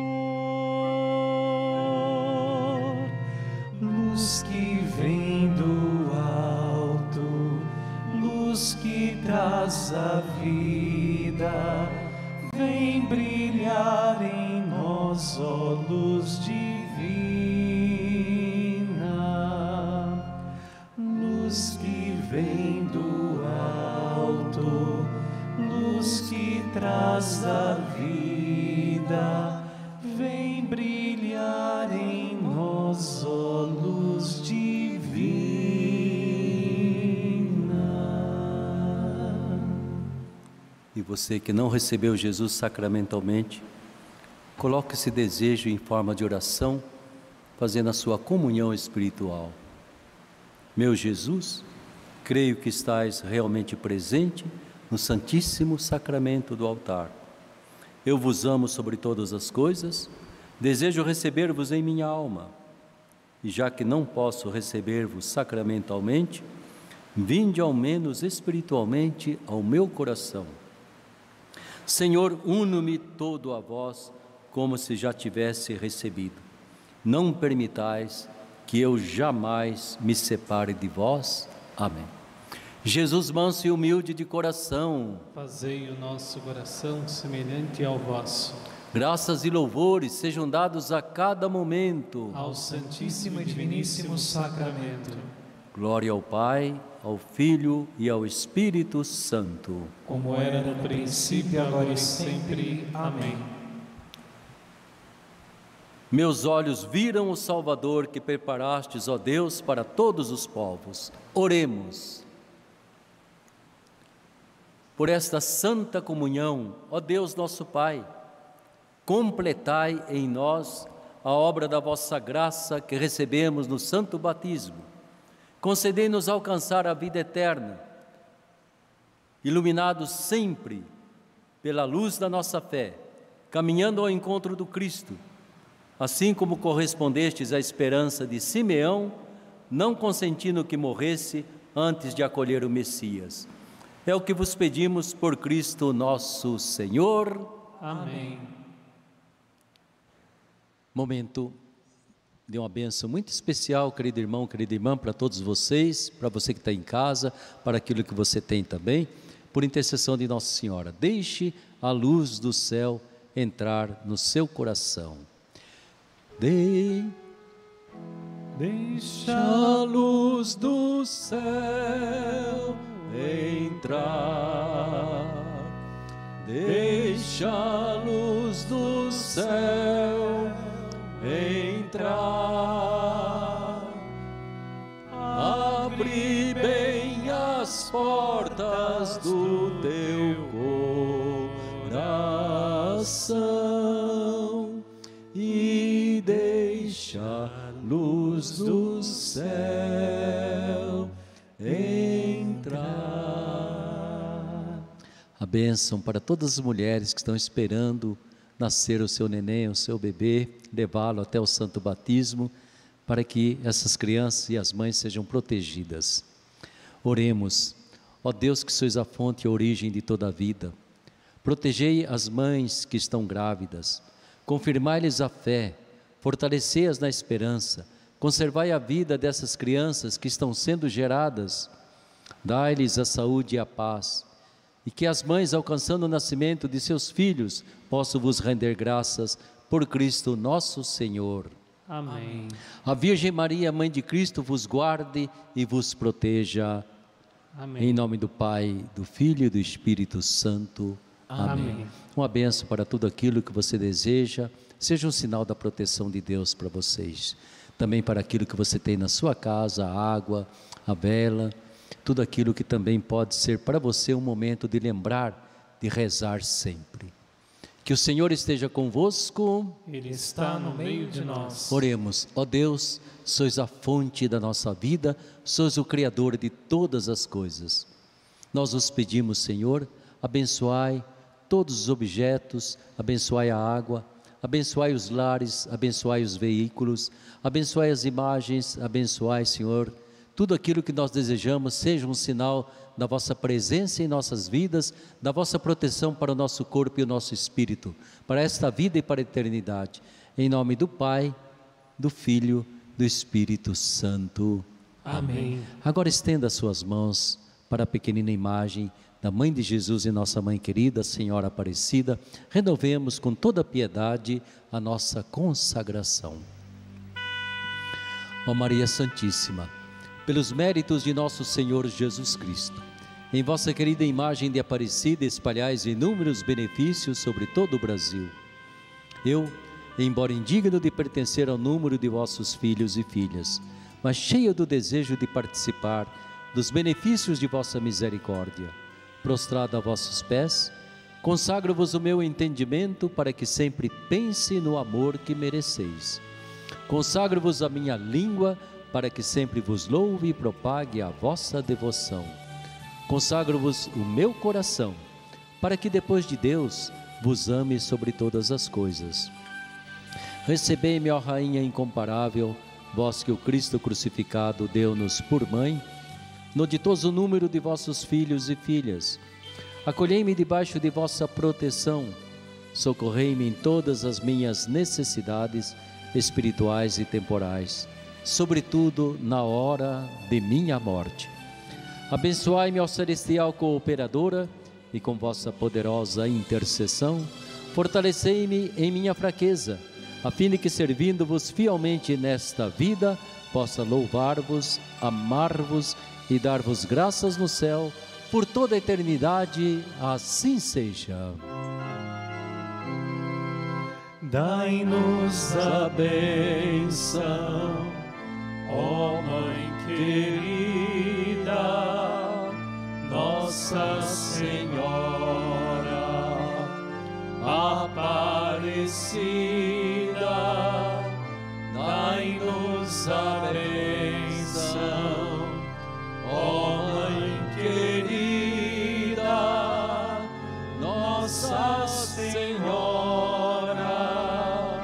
Luz que vem do alto, luz que traz a vida, vem brilhar em nós, ó luz divina. Luz que vem do alto, luz que traz a vida, vem brilhar em nós, ó luz divina. E você que não recebeu Jesus sacramentalmente, coloque esse desejo em forma de oração, fazendo a sua comunhão espiritual. Meu Jesus, creio que estais realmente presente no Santíssimo Sacramento do altar. Eu vos amo sobre todas as coisas, desejo receber-vos em minha alma. E já que não posso receber-vos sacramentalmente, vinde ao menos espiritualmente ao meu coração. Senhor, uno-me todo a vós, como se já tivesse recebido. Não permitais que eu jamais me separe de vós. Amém. Jesus manso e humilde de coração, fazei o nosso coração semelhante ao vosso. Graças e louvores sejam dados a cada momento ao Santíssimo e Diviníssimo Sacramento. Glória ao Pai, ao Filho e ao Espírito Santo. Como era no princípio, agora e sempre. Amém. Meus olhos viram o Salvador que preparastes, ó Deus, para todos os povos. Oremos. Por esta santa comunhão, ó Deus nosso Pai, completai em nós a obra da vossa graça que recebemos no santo batismo. Concedei-nos alcançar a vida eterna, iluminados sempre pela luz da nossa fé, caminhando ao encontro do Cristo, assim como correspondestes à esperança de Simeão, não consentindo que morresse antes de acolher o Messias. É o que vos pedimos por Cristo nosso Senhor. Amém. Momento de uma bênção muito especial, querido irmão, querida irmã, para todos vocês, para você que está em casa, para aquilo que você tem também, por intercessão de Nossa Senhora. Deixe a luz do céu entrar no seu coração. Deixa a luz do céu entrar, deixa a luz do céu entrar, abre bem as portas do teu coração e deixa a luz do céu entrar. A bênção para todas as mulheres que estão esperando nascer o seu neném, o seu bebê, levá-lo até o santo batismo, para que essas crianças e as mães sejam protegidas. Oremos. Ó Deus, que sois a fonte e a origem de toda a vida, protegei as mães que estão grávidas, confirmai-lhes a fé, fortalecei-as na esperança, conservai a vida dessas crianças que estão sendo geradas, dai-lhes a saúde e a paz, e que as mães, alcançando o nascimento de seus filhos, possam vos render graças por Cristo nosso Senhor. Amém. A Virgem Maria, Mãe de Cristo, vos guarde e vos proteja. Amém. Em nome do Pai, do Filho e do Espírito Santo. Amém. Uma bênção para tudo aquilo que você deseja, seja um sinal da proteção de Deus para vocês. Também para aquilo que você tem na sua casa, a água, a vela, tudo aquilo que também pode ser para você um momento de lembrar, de rezar sempre. Que o Senhor esteja convosco. Ele está no meio de nós. Oremos. Ó Deus, sois a fonte da nossa vida, sois o Criador de todas as coisas. Nós vos pedimos, Senhor, abençoai todos os objetos, abençoai a água, abençoai os lares, abençoai os veículos, abençoai as imagens, abençoai, Senhor, tudo aquilo que nós desejamos seja um sinal da vossa presença em nossas vidas, da vossa proteção para o nosso corpo e o nosso espírito, para esta vida e para a eternidade. Em nome do Pai, do Filho, do Espírito Santo. Amém. Agora estenda as suas mãos para a pequenina imagem da Mãe de Jesus e nossa Mãe querida, Senhora Aparecida. Renovemos com toda piedade a nossa consagração. Ó Maria Santíssima, pelos méritos de nosso Senhor Jesus Cristo, em vossa querida imagem de Aparecida espalhais inúmeros benefícios sobre todo o Brasil. Eu, embora indigno de pertencer ao número de vossos filhos e filhas, mas cheio do desejo de participar dos benefícios de vossa misericórdia, prostrado a vossos pés, consagro-vos o meu entendimento para que sempre pense no amor que mereceis. Consagro-vos a minha língua para que sempre vos louve e propague a vossa devoção. Consagro-vos o meu coração para que depois de Deus vos ame sobre todas as coisas. Recebei-me, ó Rainha incomparável, vós que o Cristo crucificado deu-nos por mãe, no ditoso número de vossos filhos e filhas. Acolhei-me debaixo de vossa proteção, socorrei-me em todas as minhas necessidades espirituais e temporais, sobretudo na hora de minha morte. Abençoai-me, ó celestial cooperadora, e com vossa poderosa intercessão, fortalecei-me em minha fraqueza, a fim de que, servindo-vos fielmente nesta vida, possa louvar-vos, amar-vos e dar-vos graças no céu, por toda a eternidade, assim seja. Dai-nos a bênção, ó Mãe querida, Nossa Senhora Aparecida, dai-nos a bênção, ó Mãe querida, Nossa Senhora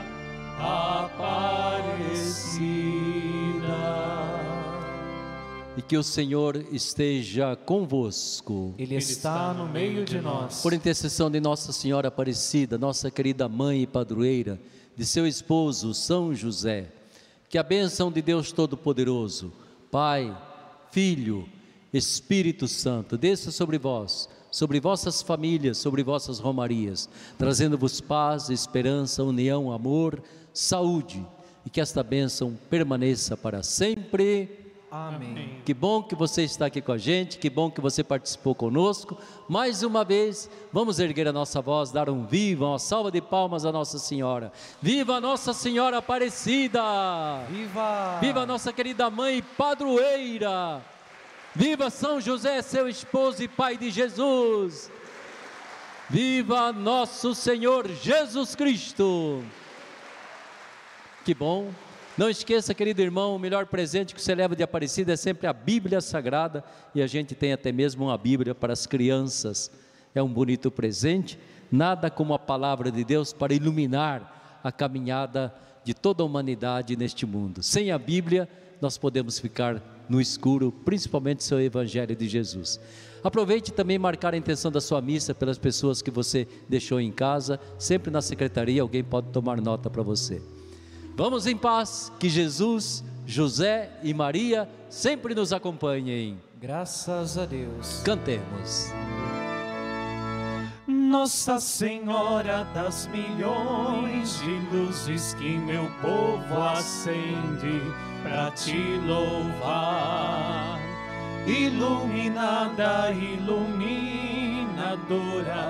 Aparecida. E que o Senhor esteja convosco. Ele está no meio de nós. Por intercessão de Nossa Senhora Aparecida, nossa querida mãe e padroeira, de seu esposo São José, que a bênção de Deus Todo-Poderoso, Pai, Filho, Espírito Santo, desça sobre vós, sobre vossas famílias, sobre vossas romarias, trazendo-vos paz, esperança, união, amor, saúde, e que esta bênção permaneça para sempre. Amém. Que bom que você está aqui com a gente, que bom que você participou conosco. Mais uma vez, vamos erguer a nossa voz, dar um viva, uma salva de palmas a Nossa Senhora. Viva Nossa Senhora Aparecida! Viva! Viva a nossa querida mãe padroeira! Viva São José, seu esposo e pai de Jesus! Viva nosso Senhor Jesus Cristo! Que bom! Não esqueça, querido irmão, o melhor presente que você leva de Aparecida é sempre a Bíblia Sagrada, e a gente tem até mesmo uma Bíblia para as crianças. É um bonito presente, nada como a palavra de Deus para iluminar a caminhada de toda a humanidade neste mundo. Sem a Bíblia, nós podemos ficar no escuro, principalmente seu Evangelho de Jesus. Aproveite também marcar a intenção da sua missa pelas pessoas que você deixou em casa, sempre na secretaria alguém pode tomar nota para você. Vamos em paz, que Jesus, José e Maria sempre nos acompanhem. Graças a Deus. Cantemos. Nossa Senhora das milhões de luzes, luzes que meu povo acende para te louvar. Iluminada, iluminadora,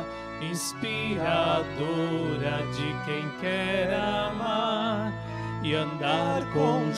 inspiradora de quem quer amar e andar com